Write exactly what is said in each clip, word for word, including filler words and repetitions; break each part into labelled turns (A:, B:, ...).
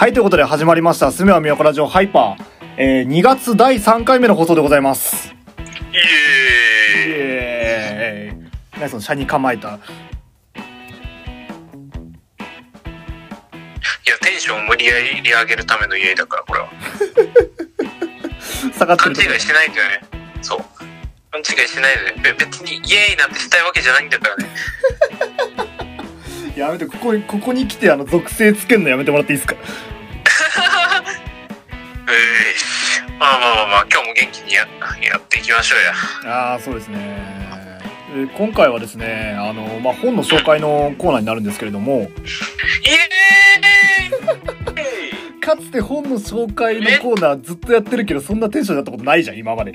A: はい、ということで始まりましたすめはみやこラジオハイパー、えー、にがつだいさんかいめの放送でございます。
B: イエーイ、イ
A: エーイ。何その車に構えた。い
B: や、テンションを無理やり上げるためのイエーイだから、これは
A: 下がってる。
B: 勘違いしてないんだよね。そう、勘違いしてないでね。別にイエーイなんてしたいわけじゃないんだからね。
A: やめて、ここにここに来てあの属性つけるのやめてもらっていいですか。
B: えー、まあまあまあまあ、今日も元気に や, やっていきましょうや。
A: ああ、そうですね。えー、今回はですね、あの、まあ、本の紹介のコーナーになるんですけれども、
B: イエーイ
A: かつて本の紹介のコーナーずっとやってるけど、そんなテンションだったことないじゃん今まで。
B: めっ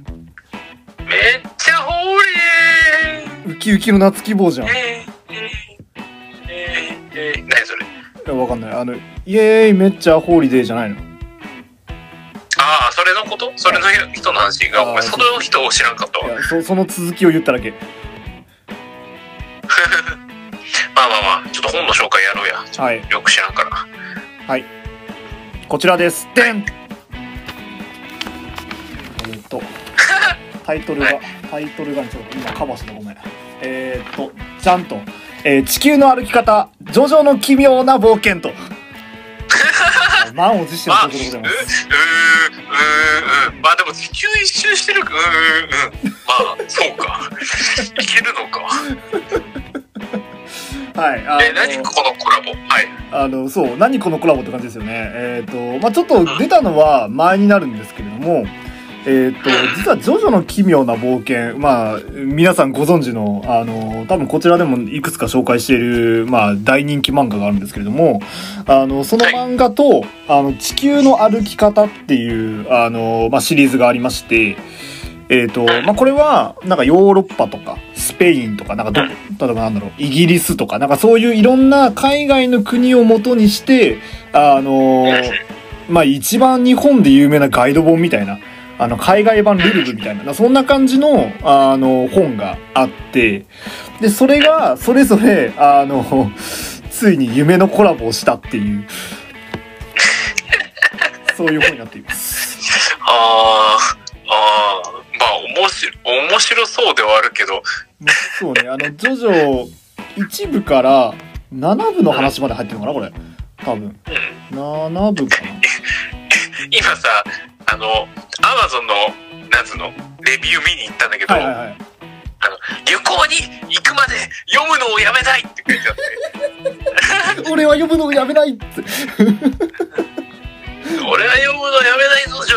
B: ちゃホーリー、
A: ウキウキの夏希望じゃん。
B: えー、えー、えー、えー、何それ。
A: いや、わかんない。あのイエーイめっちゃホーリデーじゃないの。
B: ああ、それのこと？それの人の話が、お前その人を知らんかったわ。
A: いや、そ, その続きを言っただけ。
B: まあまあまあ、ちょっと本の紹介やろうや。
A: はい。
B: よく知らんから。
A: はい。こちらです。でん。えー、っとタイトルが、はい、タイトルがちょっと今カバーしてた、ごめん。えー、っとちゃんと、えー、地球の歩き方、ジョジョの奇妙な冒険と。満を持してのことでございます。
B: うーうーうーまあでも地球一周してる。うーうんまあそうか。いけるのか。
A: はい。あの
B: え、何このコラボ。はい。
A: あのそう何このコラボって感じですよね。えっ、ー、とまあちょっと出たのは前になるんですけれども。えー、と実はジョジョの奇妙な冒険、まあ皆さんご存知のあの多分こちらでもいくつか紹介している、まあ、大人気漫画があるんですけれども、あのその漫画とあの地球の歩き方っていうあの、まあ、シリーズがありまして、えーとまあ、これはなんかヨーロッパとかスペインとかなんかど例えばなんだろうイギリスとかなんかそういういろんな海外の国を元にしてあの、まあ、一番日本で有名なガイド本みたいなあの海外版ルルブみたいなそんな感じのあの本があって、でそれがそれぞれあのついに夢のコラボをしたっていうそういう本になっています。
B: あーあー、まあ面白面白そうではあるけど、
A: そうね、あのジョジョ一部からななぶの話まで入ってるのかなこれ多分。ななぶかな。
B: 今さあのアマゾンのなんつうのレビュー見に行ったんだけど、はいはいはい、あの旅行に行くまで読むのをやめないって書いてあって
A: 俺は読むのをやめないって
B: 俺は読むのやめないぞ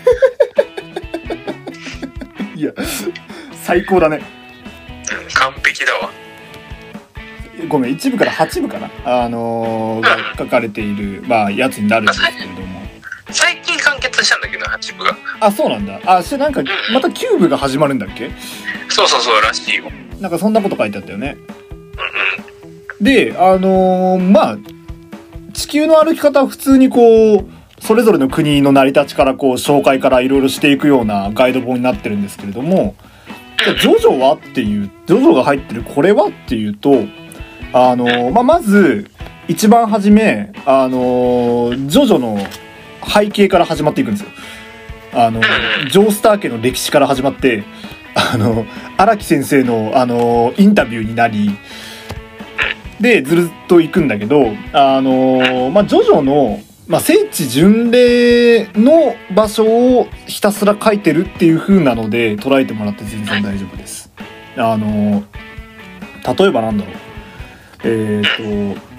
B: ジョジョ。
A: いや最高だね、
B: うん、完璧だわ。
A: ごめん一部からはちぶかなあのー、が書かれている、まあ、やつになるんですけれども、
B: 最近完結したんだけどはちぶが。
A: あ、そうなんだ。あ、してなんかまたきゅうぶが始まるんだっけ？
B: そうそうそうらしいよ。
A: なんかそんなこと書いてあったよね。
B: うんうん。
A: で、あのー、まあ地球の歩き方は普通にこうそれぞれの国の成り立ちからこう紹介からいろいろしていくようなガイド本になってるんですけれども、じゃあジョジョはっていうジョジョが入ってるこれはっていうと、あのー、まあまず一番初めあのー、ジョジョの背景から始まっていくんですよ。あのジョースター家の歴史から始まってあの荒木先生のあのインタビューになりでずるっと行くんだけど、あのまあジョジョの、まあ、聖地巡礼の場所をひたすら書いてるっていう風なので捉えてもらって全然大丈夫です。あの例えばなんだろうえーと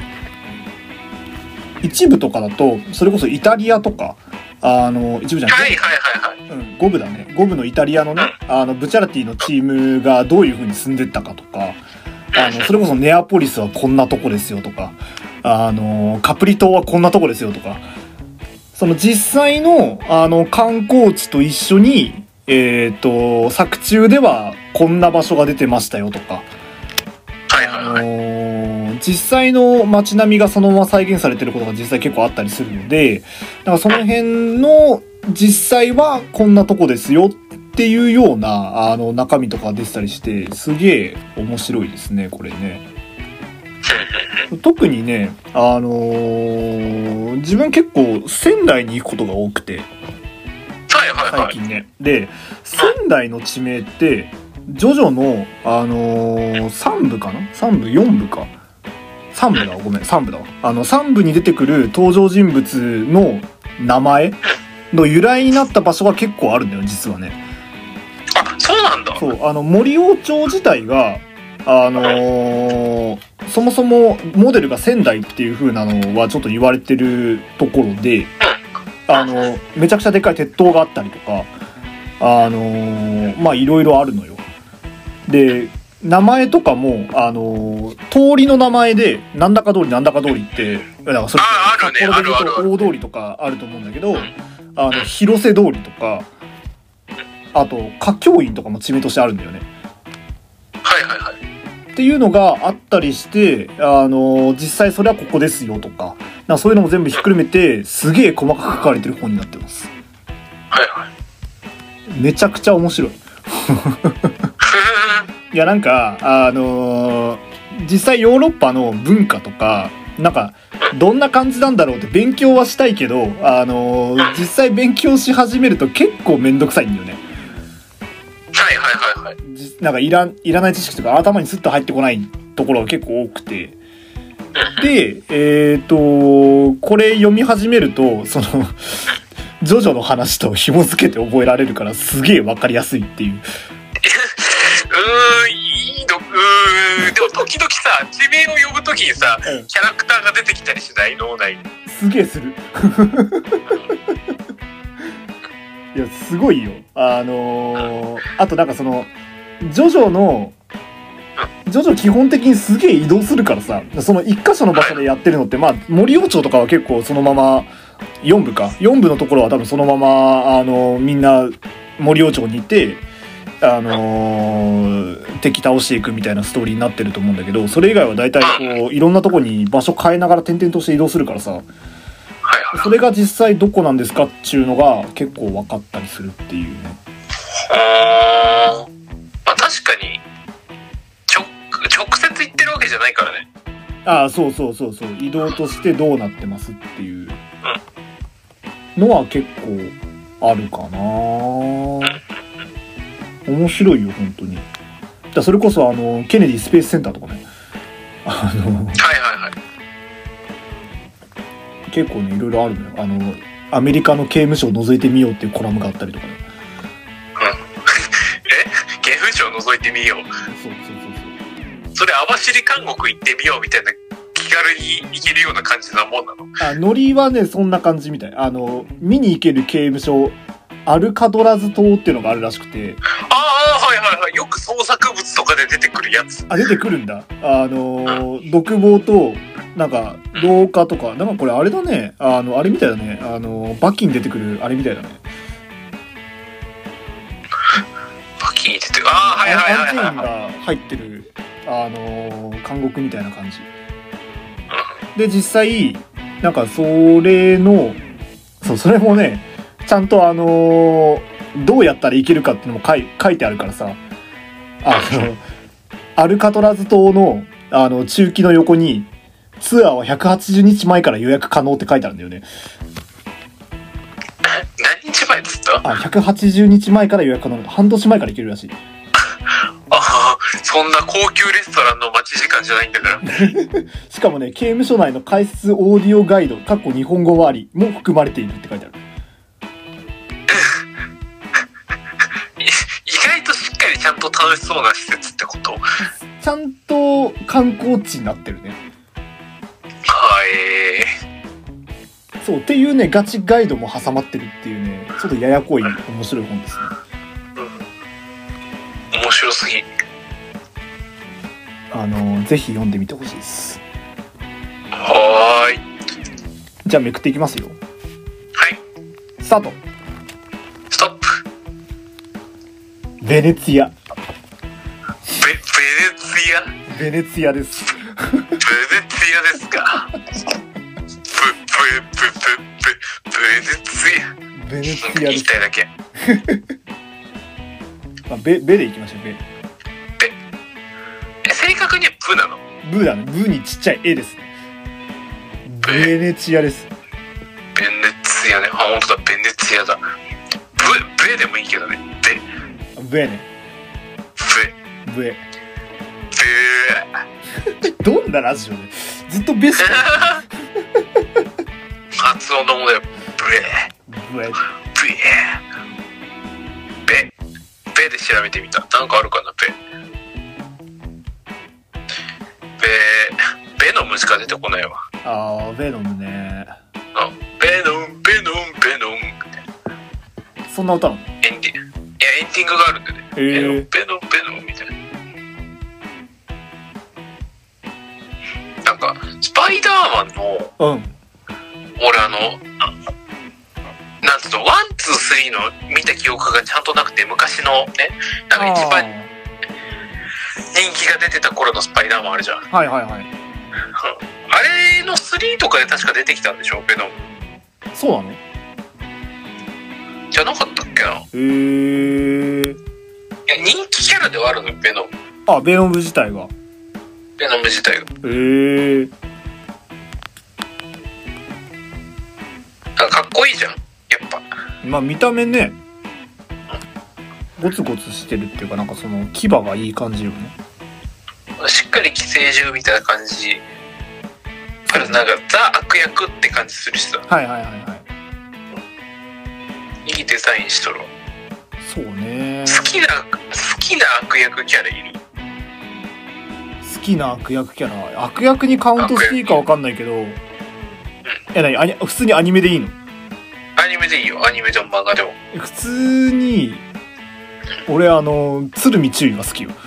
A: 一部とかだとそれこそイタリアとかあの一部じゃない、
B: はいはいはいはい、
A: うん、ごぶだねごぶのイタリアのねあのブチャラティのチームがどういう風に進んでったかとか、あのそれこそネアポリスはこんなとこですよとか、あのカプリ島はこんなとこですよとか、その実際のあの観光地と一緒にえっと作中ではこんな場所が出てましたよとか、
B: はいはいはい、
A: あの実際の街並みがそのまま再現されてることが実際結構あったりするので、だからその辺の実際はこんなとこですよっていうようなあの中身とか出てたりしてすげえ面白いですねこれね。特にね、あのー、 自分結構仙台に行くことが多くて、
B: はいはいはい。
A: 最近ね。で、仙台の地名って、ジョジョの、あのー、さんぶかな ?さん 部、よんぶか。さんぶだわ、ごめん、さんぶだわ。あの、さんぶに出てくる登場人物の名前の由来になった場所が結構あるんだよ、実はね。
B: あ、そうなんだ。
A: そう、あの、森王町自体が、あのー、そもそもモデルが仙台っていう風なのはちょっと言われてるところで、あの、めちゃくちゃでかい鉄塔があったりとか、あのー、まあいろいろあるのよ。で、名前とかも、あのー、通りの名前で、なんだか通りなんだか通りって、だからそれ、札幌で言うと大通りとかあると思うんだけど、あの、広瀬通りとか、あと、花京院とかも地名としてあるんだよね。
B: はいはいはい。
A: っていうのがあったりして、あのー、実際それはここですよとか、なんかそういうのも全部ひっくるめて、すげえ細かく書かれてる本になってます。
B: はいはい。
A: めちゃくちゃ面白い。いやなんか、あのー、実際ヨーロッパの文化とか、なんか、どんな感じなんだろうって勉強はしたいけど、あのー、実際勉強し始めると結構めんどくさいんだよね。
B: はいはいはいはい。
A: なんかいらん、いらない知識とか頭にスッと入ってこないところが結構多くて。で、えっと、これ読み始めると、その、ジョジョの話と紐付けて覚えられるからすげえわかりやすいっていう。
B: うーん、いいの、うーん、でも時々さ、地名を呼ぶときにさ、うん、キャラクターが出てきたりしない脳内に。
A: すげえする。いや、すごいよ。あのー、あとなんかその、ジョジョの、ジョジョ基本的にすげえ移動するからさ、その一箇所の場所でやってるのって、まあ、森王町とかは結構そのまま、よんぶか。よんぶのところは多分そのまま、あのー、みんな森王町にいて、あのー、敵倒していくみたいなストーリーになってると思うんだけど、それ以外は大体こう、いろんなとこに場所変えながら転々として移動するからさ、それが実際どこなんですかっていうのが結構分かったりするっていうね。
B: はあ、まあ確かに直直接言ってるわけじゃないからね。
A: ああ、そうそうそうそう、移動としてどうなってますっていうのは結構あるかな。面白いよ本当に。だそれこそあのケネディスペースセンターとかね。あのはいはいはい。結構ねいろいろあるのよ。あのアメリカの刑務所を覗いてみようっていうコラムがあったりとかね。
B: え？刑務所を覗いてみよう。そうそうそうそう。それ網走監獄行ってみようみたいな気軽に行けるような感じなもんなの？
A: あ、ノリはねそんな感じみたい。あの見に行ける刑務所アルカドラズ島っていうのがあるらしくて。
B: ああ、はいはいはい。よく創作物とかで出てくるやつ。
A: あ、出てくるんだ。あのー、独房と、なんか、廊下とか、なんかこれあれだね。あの、あれみたいだね。あのー、バキに出てくるあれみたいだね。
B: バキに出てくる。ああ、はいはいはいはい。
A: アンチェインが入ってる、あのー、監獄みたいな感じ。で、実際、なんかそれの、そう、それもね、ちゃんとあのー、どうやったらいけるかっていうのも書い、書いてあるからさ、あの、アルカトラズ島の、あの、中期の横に、ツアーはひゃくはちじゅうにちまえから予約可能って書いてあるんだよね。
B: 何日前っつった？
A: あ、ひゃくはちじゅうにちまえから予約可能。半年前から行けるらしい。
B: ああ、そんな高級レストランの待ち時間じゃないんだから。
A: しかもね、刑務所内の解説オーディオガイド、かっこ日本語はありも含まれているって書いてある。
B: 意外としっかりちゃんと楽しそうな施設ってこと？
A: ちゃんと観光地になってるね。
B: はい。
A: そうっていうねガチガイドも挟まってるっていうねちょっとややこい面白い本ですね。
B: うん、面白すぎ。
A: あのぜひ読んでみてほしいです。
B: はーい。
A: じゃあめくっていきますよ。
B: はい。
A: スタート。
B: ストップ。
A: ベネツィア。ベ、
B: ベネツィア？
A: ベネツィアです。
B: ベネツィアですか。ブ、ブ、ブ、ブ、ブ、ベネツィア。
A: ベネツィアです。言
B: いたいだけ。
A: まあ、ベ、ベでいきましょう、ベ。ベ。
B: え、正確にはブなの？
A: ブだね。ブにちっちゃい絵ですね。ベネツィアです。
B: ツィアね。あ、本当だ、ベネツィアだ。ブベでもいいけどね。ベ
A: ブエね。
B: ベ
A: ブエ。
B: ベ
A: どんなラジオでずっとベしか
B: 発音の問題はブ
A: ブエ。
B: エブエベベで調べてみた。なんかあるかな。ベベベノムしか出てこないわ。
A: あー、ベノムね。
B: あ、ベノムベノムベノムみたいな。
A: そんな歌なの？
B: エンディいやエンディングがあるんでね。
A: えー、
B: ベノムベノムベノムみたいな。なんかスパイダーマンの
A: うん
B: 俺あのあなんつうのワンツースリーの見た記憶がちゃんとなくて、昔のねなんか一番人気が出てた頃のスパイダーマンあるじゃん。
A: はいはいはい。
B: あれのスリーとかで確か出てきたんでしょベノム。
A: そうなの？
B: じゃなかったっけな。
A: へー。
B: いや人気キャラではあるのよベノム。
A: あ、ベノム自体が。
B: ベノム自体が。
A: へー。
B: なんかかっこいいじゃんやっぱ。
A: まあ見た目ね、ゴツゴツしてるっていうか、なんかその牙がいい感じよね。
B: しっかり寄生獣みたいな感じからなんかザ悪役って感じするしさ。
A: はいはいはいはい。
B: いいデザインしとる。
A: そうね。
B: 好きな好きな悪役キャラいる？
A: 好きな悪役キャラ、悪役にカウントしていいかわかんないけど、うん、いや何、アニ普通にアニメでいいの？
B: アニメでいいよ。アニメでも漫画でも。
A: 普通に俺あの鶴見中尉が好きよ。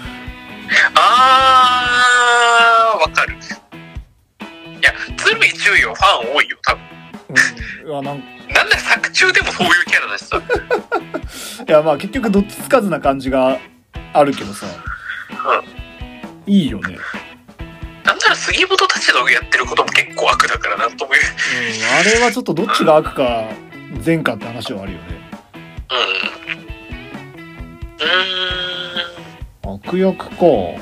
B: あーわかる。いや鶴見中尉はファン多いよ多分。
A: うん、いやなん
B: なんだ作中でもそういうキャラだしさ。
A: いやまあ結局どっちつかずな感じがあるけどさ、うん、いいよね。
B: なんなら杉本たちのやってることも結構悪だからなんとも言う、
A: うん、あれはちょっとどっちが悪か善かって話はあるよね。
B: うん。うーん。
A: 悪役か。
B: うん。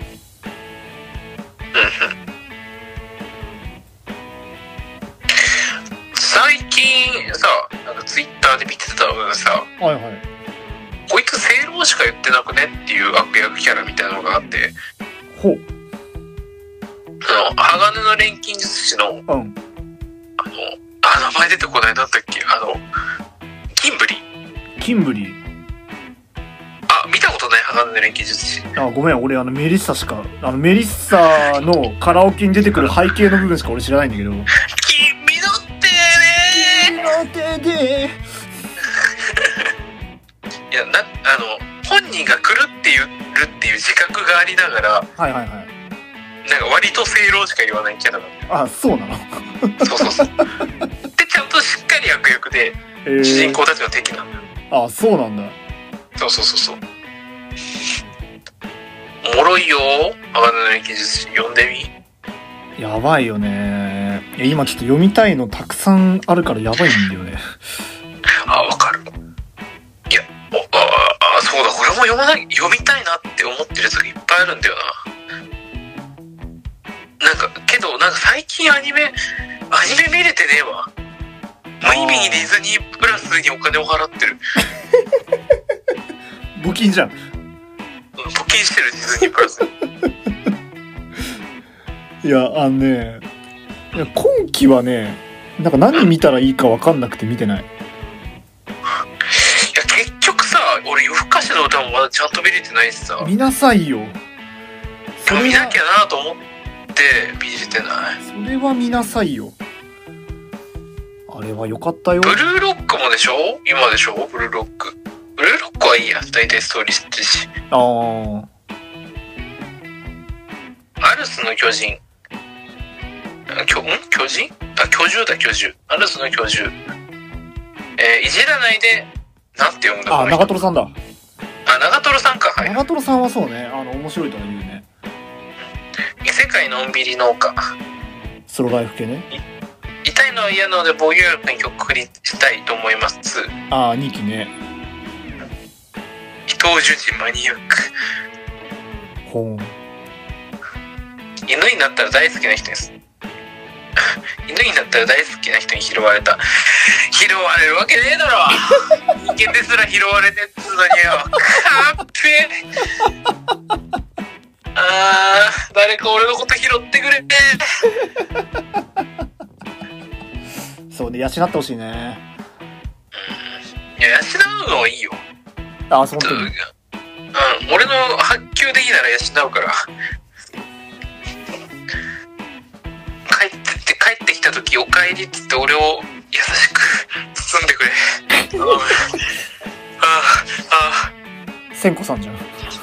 B: 最近さ、なんかツイッターで見てたのがさ、
A: はいはい。
B: こいつ正論しか言ってなくねっていう悪役キャラみたいなのがあって。
A: ほう。
B: あの鋼の錬金術師の、うん、あのあ名前出てこない。なんだっけ、あのキンブリー。
A: キンブリー。
B: あ、見たことない鋼の錬金術師。
A: あ、ごめん、俺あのメリッサしか、あのメリッサのカラオケに出てくる背景の部分しか俺知らないんだけど。君の手で君の手で
B: いやな、あの本人が狂って言るっていう自覚がありながら、
A: はいはいはい、
B: なんか割と正論しか言わないキャラだった。
A: あ、そうなの。
B: そうそうそう。でちゃんとしっかり悪役で、えー、主人公たちの敵なんだよ。
A: あ、そうなんだ。
B: そうそうそうそう。おもろいよ。鋼の錬金術師読んで
A: み。やばいよね。いや今ちょっと読みたいのたくさんあるからやばいんだよね。あ、
B: わかる。いや、ああ、そうだ、これも読まない、読みたいなって思ってるやつがいっぱいあるんだよな。なんかけどなんか最近アニメアニメ見れてねえわ。無意味にディズニープラスにお金を払ってる。
A: 募金じゃん。募
B: 金してるディズニープラス。
A: いやあのね、いや今期はね、なんか何見たらいいか分かんなくて見てない。いや
B: 結局さ、俺夜更かしの歌もまだちゃんと見れてないしさ。
A: 見なさいよ。
B: それ見なきゃなと思って見れてない。
A: それは見なさいよ。あれは良かったよ。
B: ブルーロックもでしょ？今でしょ？ブルーロック。ブルーロックはいいや。大体ストーリー知ってるし。
A: ああ。
B: アルスの巨人。きょん巨人？あ、巨獣だ巨獣。アルスの巨獣。えー、いじらないで、なんて読むんだ。
A: あ、長瀞さんだ。
B: あ、長瀞さんか。はい。
A: 長瀞さんはそうね。あの面白いとは言うね。
B: 異世界のんびり農家。
A: ソロライフ系ね。
B: 痛いのは嫌なので防御力に曲りしたいと思います。
A: ああ、にきね。
B: 伊藤樹人マニアック。
A: ほん。
B: 犬になったら大好きな人です。 犬になったら大好きな人に拾われた。拾われるわけねえだろ。人間ですら拾われてっつうのによ。かっぺ。あー、誰か俺のこと拾ってくれ。
A: そうね、養ってほしいね。
B: いや、養うのはいいよ。
A: あ、そう本当に。
B: うん、俺の発給でいいなら養うから。帰ってって帰ってきた時お帰りっつって俺を優しく包んでくれ。ああああ。
A: 千子さんじゃん。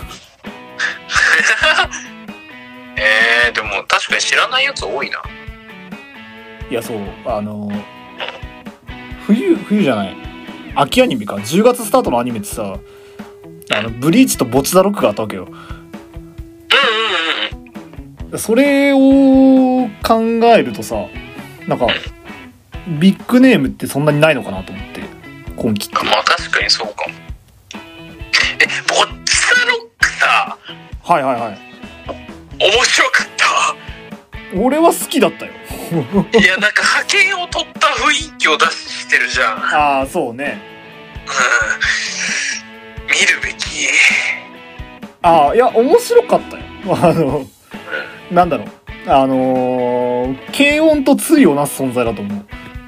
B: えー、でも確かに知らないやつ多いな。
A: いや、そうあの冬冬じゃない秋アニメか、じゅうがつスタートのアニメってさ、あのブリーチとボチザロックがあったわけよ。
B: うんうんうん。
A: それを考えるとさ、なんかビッグネームってそんなにないのかなと思って、今期って。
B: まあ確かにそうかも。え、ボッチザロックさ、
A: はいはいはい、
B: 面白かった。
A: 俺は好きだったよ。
B: いや、なんか覇権を取った雰囲気を出してるじゃん。
A: ああ、そうね。
B: うん、見るべき。
A: ああ、いや面白かったよ。あの、うん、なんだろう、あのー、軽音と対をなす存在だと思う。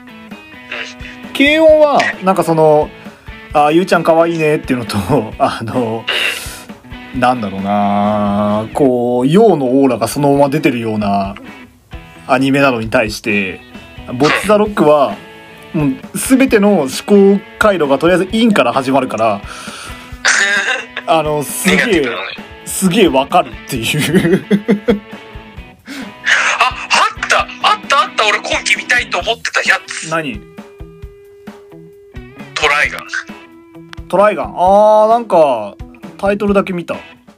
A: 軽音はなんかその、ああゆうちゃん可愛いねっていうのと、あのなんだろうな、こう陽のオーラがそのまま出てるようなアニメなのに対して、ボッチザロックはもう全ての思考回路がとりあえず陰から始まるから、あのすげえ、ね、すげえわかるっていう。
B: あ、あったあったあった、俺今期見たいと思ってたやつ。
A: 何？
B: トライガン。
A: トライガン、あー、なんかタイトルだけ見た。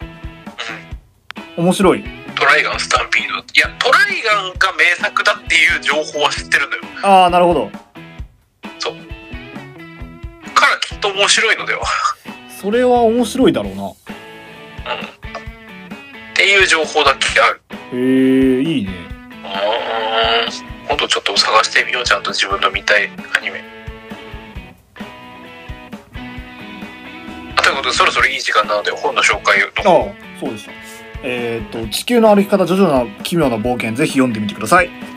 A: 面白い。
B: トライガンスタンピード。いや、トライガンが名作だっていう情報は知ってるのよ。
A: ああ、なるほど。
B: そうからきっと面白いのでは。
A: それは面白いだろうな。うん。
B: っていう情報だけある。
A: へえ、いいね。
B: うん。今度ちょっと探してみよう、ちゃんと自分の見たいアニメ。ということで、そろそろいい時間なので本の紹介を。あ
A: あ、そうでした。えっと、地球の歩き方、ジョジョの奇妙な冒険、ぜひ読んでみてください。